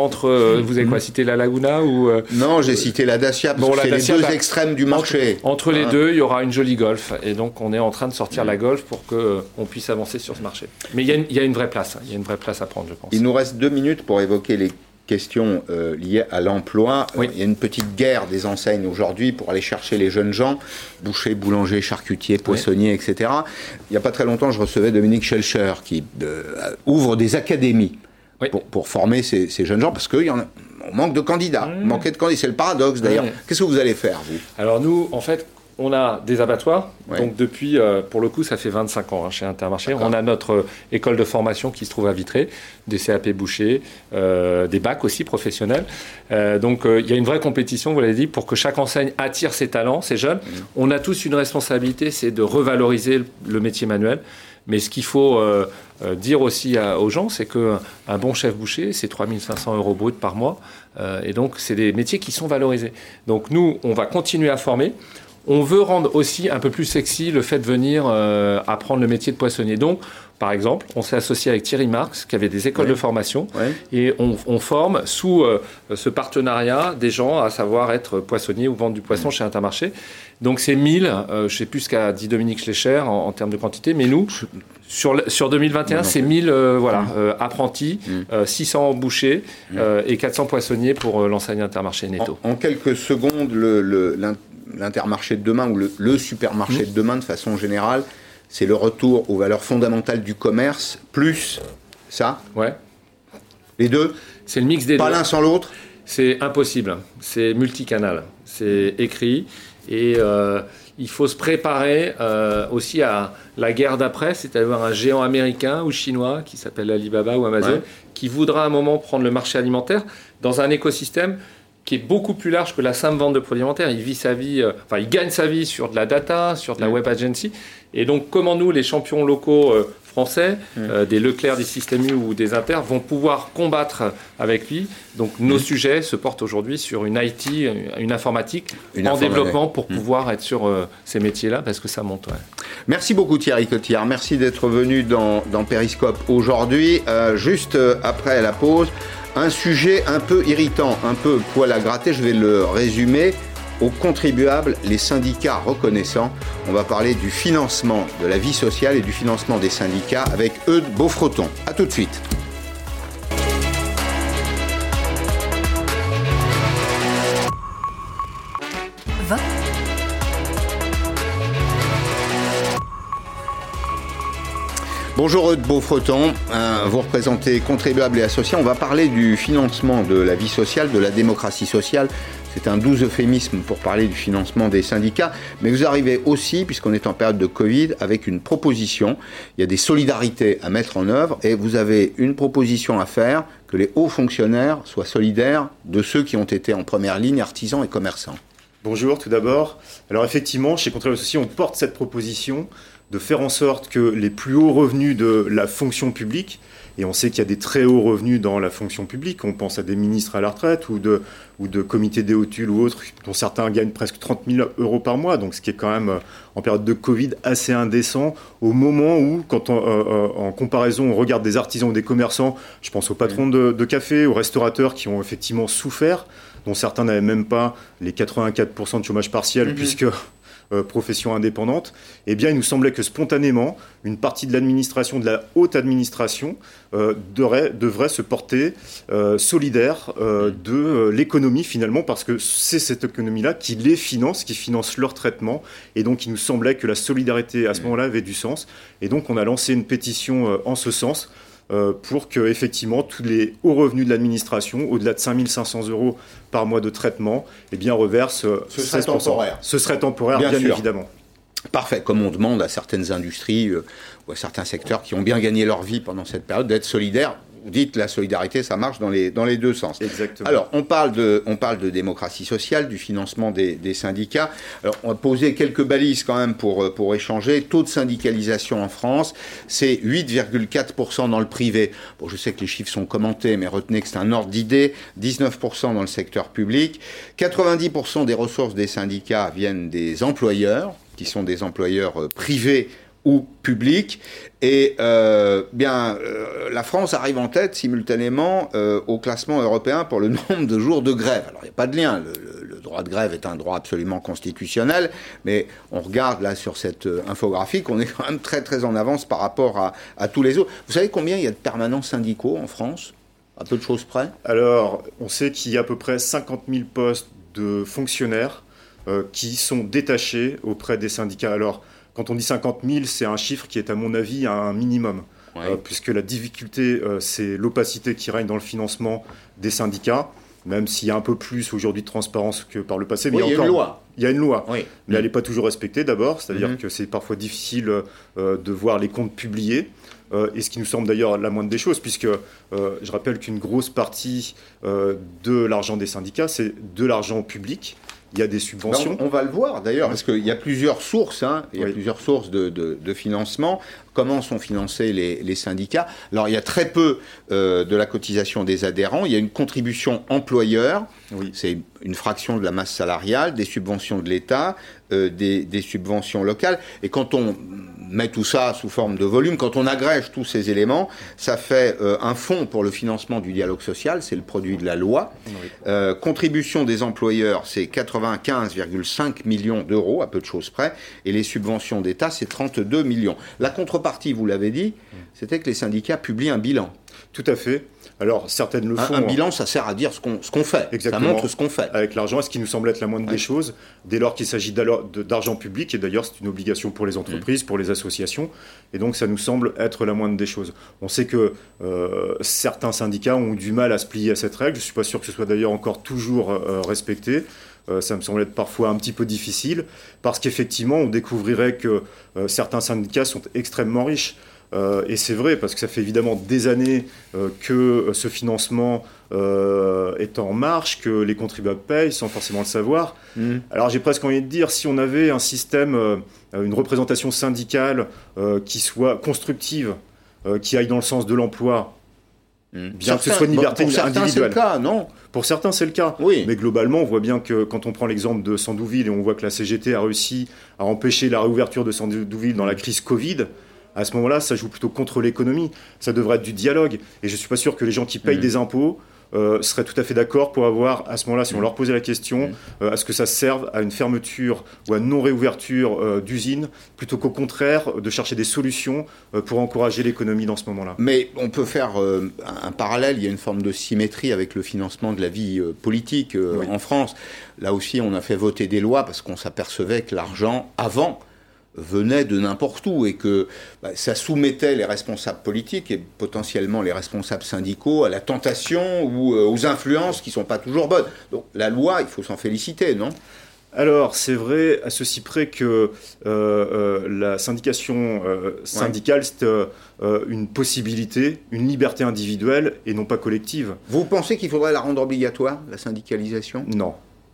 vous avez quoi cité la Laguna ou Non, j'ai cité la Dacia, parce que c'est les deux extrêmes du marché. Entre les deux, il y aura une jolie Golf, et donc on est en train de sortir la Golf pour qu'on puisse avancer sur ce marché. Mais il y a une vraie place, il y a une vraie place à prendre, je pense. Il nous reste 2 minutes pour évoquer les questions liées à l'emploi. Il y a une petite guerre des enseignes aujourd'hui pour aller chercher les jeunes gens, bouchers, boulangers, charcutiers, poissonniers, etc. Il n'y a pas très longtemps, je recevais Dominique Schelcher qui ouvre des académies pour former ces jeunes gens parce qu'on manque de candidats. Manquait de candidats, c'est le paradoxe d'ailleurs. Qu'est-ce que vous allez faire, vous ? Alors nous, en fait, on a des abattoirs, donc depuis, pour le coup, ça fait 25 ans chez Intermarché. On a notre école de formation qui se trouve à Vitré, des CAP bouchers, des bacs aussi professionnels. Donc il y a une vraie compétition, vous l'avez dit, pour que chaque enseigne attire ses talents, ses jeunes. On a tous une responsabilité, c'est de revaloriser le métier manuel. Mais ce qu'il faut dire aussi aux gens, c'est qu'un bon chef boucher, c'est 3 500 € brut par mois. Et donc, c'est des métiers qui sont valorisés. Donc nous, on va continuer à former. On veut rendre aussi un peu plus sexy le fait de venir apprendre le métier de poissonnier. Donc, par exemple, on s'est associé avec Thierry Marx, qui avait des écoles de formation, et on forme sous ce partenariat des gens à savoir être poissonnier ou vendre du poisson chez Intermarché. Donc c'est 1000, je ne sais plus ce qu'a dit Dominique Schlecher en termes de quantité, mais nous, sur 2021, c'est 1000 apprentis, 600 bouchers et 400 poissonniers pour l'enseigne Intermarché Netto. En quelques secondes, l'Intermarché de demain ou le supermarché de demain de façon générale, c'est le retour aux valeurs fondamentales du commerce, plus ça. Ouais. Les deux. C'est le mix des deux. Pas l'un sans l'autre. C'est impossible. C'est multicanal. C'est écrit. Et il faut se préparer aussi à la guerre d'après, c'est-à-dire un géant américain ou chinois qui s'appelle Alibaba ou Amazon, qui voudra à un moment prendre le marché alimentaire dans un écosystème qui est beaucoup plus large que la simple vente de produits alimentaires. Il vit sa vie, il gagne sa vie sur de la data, sur de la web agency. Et donc, comment nous, les champions locaux français, des Leclerc, des Système U ou des Inter, vont pouvoir combattre avec lui. Donc, nos sujets se portent aujourd'hui sur une IT, une informatique en développement pour pouvoir être sur ces métiers-là, parce que ça monte. Merci beaucoup Thierry Cotillard. Merci d'être venu dans Périscope aujourd'hui. Juste après la pause, un sujet un peu irritant, un peu poil à gratter, je vais le résumer. Aux contribuables, les syndicats reconnaissants. On va parler du financement de la vie sociale et du financement des syndicats avec Eudes Beaufreton. A tout de suite. Bonjour Eudes Beaufreton, vous représentez contribuables et associés. On va parler du financement de la vie sociale, de la démocratie sociale. C'est un doux euphémisme pour parler du financement des syndicats. Mais vous arrivez aussi, puisqu'on est en période de Covid, avec une proposition. Il y a des solidarités à mettre en œuvre et vous avez une proposition à faire, que les hauts fonctionnaires soient solidaires de ceux qui ont été en première ligne, artisans et commerçants. Bonjour tout d'abord. Alors effectivement, chez Contribuables Associés, on porte cette proposition de faire en sorte que les plus hauts revenus de la fonction publique, et on sait qu'il y a des très hauts revenus dans la fonction publique, on pense à des ministres à la retraite ou de comités d'Éotul ou autres, dont certains gagnent presque 30 000 € par mois, donc ce qui est quand même, en période de Covid, assez indécent, au moment où, quand en comparaison, on regarde des artisans ou des commerçants, je pense aux patrons de café, aux restaurateurs qui ont effectivement souffert, dont certains n'avaient même pas les 84% de chômage partiel, puisque profession indépendante, eh bien, il nous semblait que spontanément, une partie de l'administration, de la haute administration, devrait se porter solidaire de l'économie finalement, parce que c'est cette économie-là qui les finance, qui finance leur traitement, et donc il nous semblait que la solidarité à ce moment-là avait du sens, et donc on a lancé une pétition en ce sens, pour que effectivement tous les hauts revenus de l'administration, au-delà de 5 500 € par mois de traitement, eh bien reversent 16%. Ce serait temporaire. Ce serait temporaire, bien évidemment. Parfait, comme on demande à certaines industries ou à certains secteurs qui ont bien gagné leur vie pendant cette période d'être solidaires. Vous dites la solidarité, ça marche dans les deux sens. Exactement. Alors, on parle de démocratie sociale, du financement des syndicats. Alors, on va poser quelques balises quand même pour échanger. Taux de syndicalisation en France, c'est 8,4% dans le privé. Bon, je sais que les chiffres sont commentés, mais retenez que c'est un ordre d'idée. 19% dans le secteur public. 90% des ressources des syndicats viennent des employeurs, qui sont des employeurs privés ou public, et la France arrive en tête simultanément au classement européen pour le nombre de jours de grève. Alors il n'y a pas de lien, le droit de grève est un droit absolument constitutionnel, mais on regarde là sur cette infographie qu'on est quand même très très en avance par rapport à tous les autres. Vous savez combien il y a de permanents syndicaux en France, à peu de choses près? Alors on sait qu'il y a à peu près 50 000 postes de fonctionnaires qui sont détachés auprès des syndicats. Alors quand on dit 50 000, c'est un chiffre qui est à mon avis un minimum, puisque la difficulté, c'est l'opacité qui règne dans le financement des syndicats, même s'il y a un peu plus aujourd'hui de transparence que par le passé. Mais il y a une loi. Il y a une loi, mais elle n'est pas toujours respectée d'abord, c'est-à-dire que c'est parfois difficile de voir les comptes publiés. Et ce qui nous semble d'ailleurs la moindre des choses, puisque je rappelle qu'une grosse partie de l'argent des syndicats, c'est de l'argent public. Il y a des subventions. On va le voir d'ailleurs, parce qu'il y a plusieurs sources, il y a plusieurs sources de financement. Comment sont financés les syndicats? Alors il y a très peu de la cotisation des adhérents, il y a une contribution employeur, c'est une fraction de la masse salariale, des subventions de l'État, des subventions locales, et quand on met tout ça sous forme de volume, quand on agrège tous ces éléments, ça fait un fonds pour le financement du dialogue social, c'est le produit de la loi. Contribution des employeurs, c'est 95,5 millions d'euros, à peu de choses près, et les subventions d'État, c'est 32 millions. La contrepartie, vous l'avez dit, c'était que les syndicats publient un bilan. Tout à fait. Alors, certaines le font. Un bilan, ça sert à dire ce qu'on fait. Exactement. Ça montre ce qu'on fait. Avec l'argent, ce qui nous semble être la moindre des choses, dès lors qu'il s'agit d'argent public, et d'ailleurs c'est une obligation pour les entreprises, pour les associations, et donc ça nous semble être la moindre des choses. On sait que certains syndicats ont du mal à se plier à cette règle, je ne suis pas sûr que ce soit d'ailleurs encore toujours respecté. Ça me semble être parfois un petit peu difficile, parce qu'effectivement, on découvrirait que certains syndicats sont extrêmement riches. Et c'est vrai, parce que ça fait évidemment des années que ce financement est en marche, que les contribuables payent sans forcément le savoir. Alors j'ai presque envie de dire, si on avait un système, une représentation syndicale qui soit constructive, qui aille dans le sens de l'emploi, bien que ce soit une liberté individuelle. Pour certains, c'est le cas, non ? Pour certains, c'est le cas. Oui. Mais globalement, on voit bien que quand on prend l'exemple de Sandouville et on voit que la CGT a réussi à empêcher la réouverture de Sandouville dans la crise Covid, à ce moment-là, ça joue plutôt contre l'économie. Ça devrait être du dialogue. Et je ne suis pas sûr que les gens qui payent des impôts seraient tout à fait d'accord pour avoir, à ce moment-là, si on leur posait la question, à ce que ça serve à une fermeture ou à une non-réouverture d'usines, plutôt qu'au contraire, de chercher des solutions pour encourager l'économie dans ce moment-là. Mais on peut faire un parallèle. Il y a une forme de symétrie avec le financement de la vie politique en France. Là aussi, on a fait voter des lois parce qu'on s'apercevait que l'argent, avant, venait de n'importe où et que ça soumettait les responsables politiques et potentiellement les responsables syndicaux à la tentation ou aux influences qui ne sont pas toujours bonnes. Donc la loi, il faut s'en féliciter, non ? Alors, c'est vrai, à ceci près que la syndication syndicale, c'est une possibilité, une liberté individuelle et non pas collective. Vous pensez qu'il faudrait la rendre obligatoire, la syndicalisation ? Non.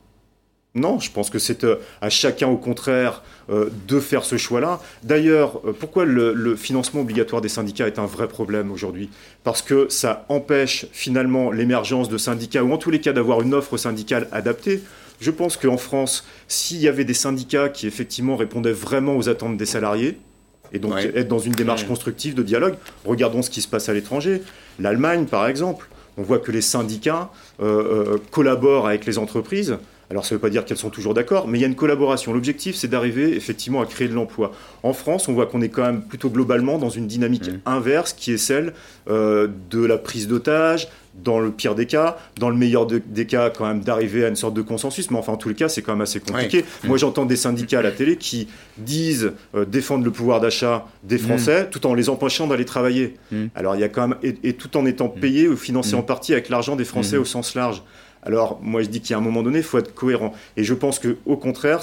Non, je pense que c'est à chacun, au contraire, de faire ce choix-là. D'ailleurs, pourquoi le financement obligatoire des syndicats est un vrai problème aujourd'hui ? Parce que ça empêche finalement l'émergence de syndicats, ou en tous les cas d'avoir une offre syndicale adaptée. Je pense qu'en France, s'il y avait des syndicats qui effectivement répondaient vraiment aux attentes des salariés, et donc être dans une démarche constructive de dialogue, regardons ce qui se passe à l'étranger. L'Allemagne, par exemple, on voit que les syndicats collaborent avec les entreprises Alors ça ne veut pas dire qu'elles sont toujours d'accord, mais il y a une collaboration. L'objectif, c'est d'arriver effectivement à créer de l'emploi. En France, on voit qu'on est quand même plutôt globalement dans une dynamique inverse, qui est celle de la prise d'otages, dans le pire des cas, dans le meilleur des cas, quand même d'arriver à une sorte de consensus. Mais enfin, en tous les cas, c'est quand même assez compliqué. Moi, j'entends des syndicats à la télé qui disent défendre le pouvoir d'achat des Français tout en les empêchant d'aller travailler. Alors, il y a quand même, et tout en étant payé ou financé en partie avec l'argent des Français au sens large. Alors, moi, je dis qu'il y a un moment donné, il faut être cohérent. Et je pense qu'au contraire,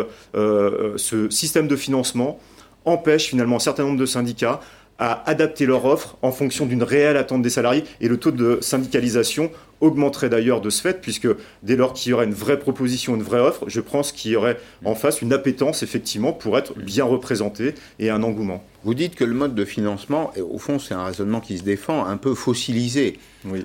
ce système de financement empêche finalement un certain nombre de syndicats à adapter leur offre en fonction d'une réelle attente des salariés. Et le taux de syndicalisation augmenterait d'ailleurs de ce fait, puisque dès lors qu'il y aurait une vraie proposition, une vraie offre, je pense qu'il y aurait en face une appétence, effectivement, pour être bien représenté et un engouement. Vous dites que le mode de financement, et au fond, c'est un raisonnement qui se défend, un peu fossilisé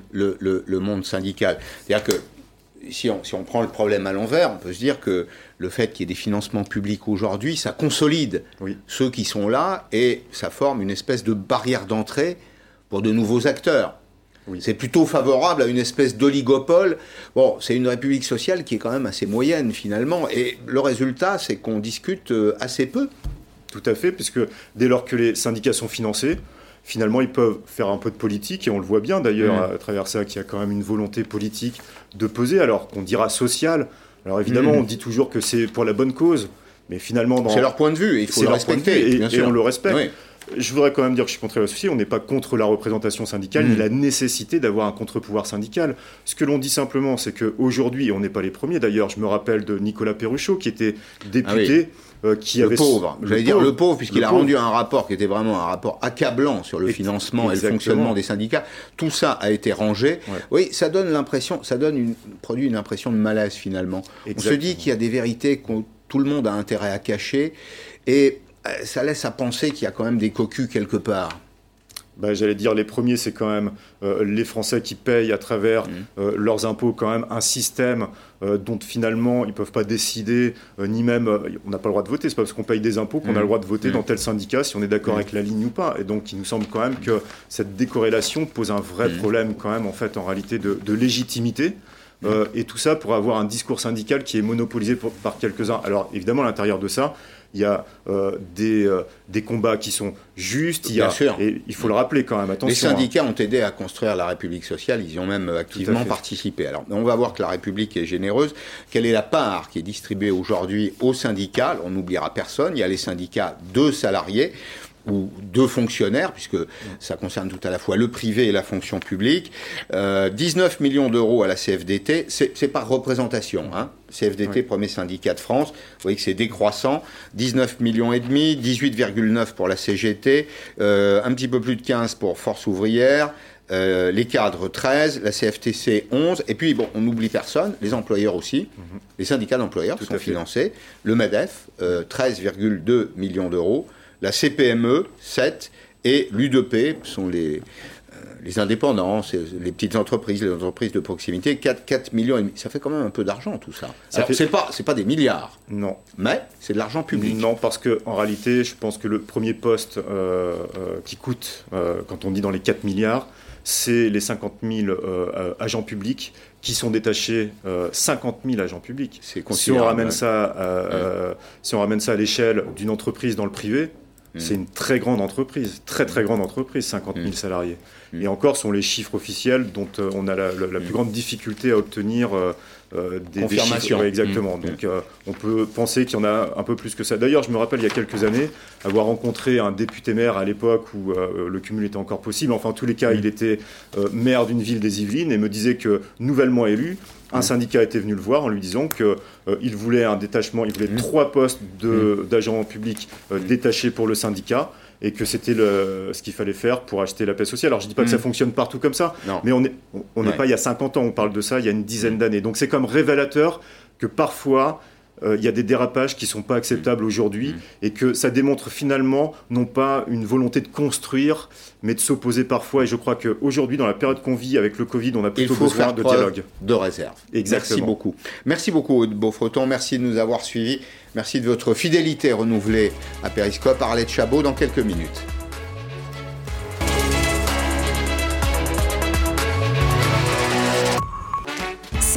le monde syndical. C'est-à-dire que si on prend le problème à l'envers, on peut se dire que le fait qu'il y ait des financements publics aujourd'hui, ça consolide ceux qui sont là et ça forme une espèce de barrière d'entrée pour de nouveaux acteurs. C'est plutôt favorable à une espèce d'oligopole. Bon, c'est une république sociale qui est quand même assez moyenne finalement et le résultat, c'est qu'on discute assez peu. Tout à fait, puisque dès lors que les syndicats sont financés, finalement, ils peuvent faire un peu de politique, et on le voit bien d'ailleurs à travers ça, qu'il y a quand même une volonté politique de peser, alors qu'on dira sociale. Alors évidemment, on dit toujours que c'est pour la bonne cause, mais finalement... C'est leur point de vue, et il faut le respecter, et on le respecte. Je voudrais quand même dire que je suis contre l'associé, on n'est pas contre la représentation syndicale, ni la nécessité d'avoir un contre-pouvoir syndical. Ce que l'on dit simplement, c'est qu'aujourd'hui, et on n'est pas les premiers d'ailleurs, je me rappelle de Nicolas Perruchot, qui était député... qui le pauvre, j'allais dire le pauvre, puisqu'il a rendu un rapport qui était vraiment un rapport accablant sur le financement et le fonctionnement des syndicats. Tout ça a été rangé. Oui, ça donne l'impression, produit une impression de malaise finalement. On se dit qu'il y a des vérités que tout le monde a intérêt à cacher, et ça laisse à penser qu'il y a quand même des cocus quelque part. J'allais dire les premiers, c'est quand même les Français qui payent à travers leurs impôts quand même un système dont finalement ils ne peuvent pas décider, ni même, on n'a pas le droit de voter, c'est pas parce qu'on paye des impôts qu'on a le droit de voter dans tel syndicat si on est d'accord avec la ligne ou pas. Et donc il nous semble quand même que cette décorrélation pose un vrai problème quand même en fait en réalité de légitimité. Et tout ça pour avoir un discours syndical qui est monopolisé par quelques-uns. Alors évidemment à l'intérieur de ça, il y a des combats qui sont justes, et il faut le rappeler quand même, attention. Les syndicats ont aidé à construire la République sociale, ils y ont même activement participé. Alors, on va voir que la République est généreuse. Quelle est la part qui est distribuée aujourd'hui aux syndicats? On n'oubliera personne, il y a les syndicats de salariés, ou de fonctionnaires, puisque ça concerne tout à la fois le privé et la fonction publique. 19 millions d'euros à la CFDT, c'est par représentation. CFDT, premier syndicat de France, vous voyez que c'est décroissant. 19 millions et demi, 18,9 pour la CGT, un petit peu plus de 15 pour Force ouvrière, les cadres 13, la CFTC 11, et puis on n'oublie personne, les employeurs aussi, les syndicats d'employeurs sont financés, le MEDEF, 13,2 millions d'euros, la CPME, 7, et l'UDP, sont les indépendants, les petites entreprises, les entreprises de proximité, 4 millions et demi. Ça fait quand même un peu d'argent, tout ça. Alors, c'est pas des milliards. Non. Mais c'est de l'argent public. Non, parce qu'en réalité, je pense que le premier poste qui coûte, quand on dit dans les 4 milliards, c'est les 50 000 agents publics qui sont détachés, 50 000 agents publics. Si on ramène ça à l'échelle d'une entreprise dans le privé, c'est une très grande entreprise, très grande entreprise, 50 000 salariés. Et encore, ce sont les chiffres officiels dont on a la plus grande difficulté à obtenir des confirmations. Des chiffres. Exactement. Donc on peut penser qu'il y en a un peu plus que ça. D'ailleurs, je me rappelle il y a quelques années avoir rencontré un député-maire à l'époque où le cumul était encore possible. Enfin, en tous les cas, il était maire d'une ville des Yvelines et me disait que, nouvellement élu, un syndicat était venu le voir en lui disant qu'il voulait un détachement, il voulait 3 postes d'agents publics détachés pour le syndicat, et que c'était ce qu'il fallait faire pour acheter la paix sociale. Alors je ne dis pas que ça fonctionne partout comme ça, mais on n'est pas il y a 50 ans, on parle de ça il y a une dizaine d'années. Donc c'est comme révélateur que parfois il y a des dérapages qui ne sont pas acceptables aujourd'hui, et que ça démontre finalement non pas une volonté de construire, mais de s'opposer parfois. Et je crois qu'aujourd'hui, dans la période qu'on vit avec le Covid, on a plutôt besoin de dialogue. De réserve. Exactement. Merci beaucoup. Merci beaucoup, Aude Beaufreton. Merci de nous avoir suivis. Merci de votre fidélité renouvelée à Périscope. Arlette Chabot dans quelques minutes.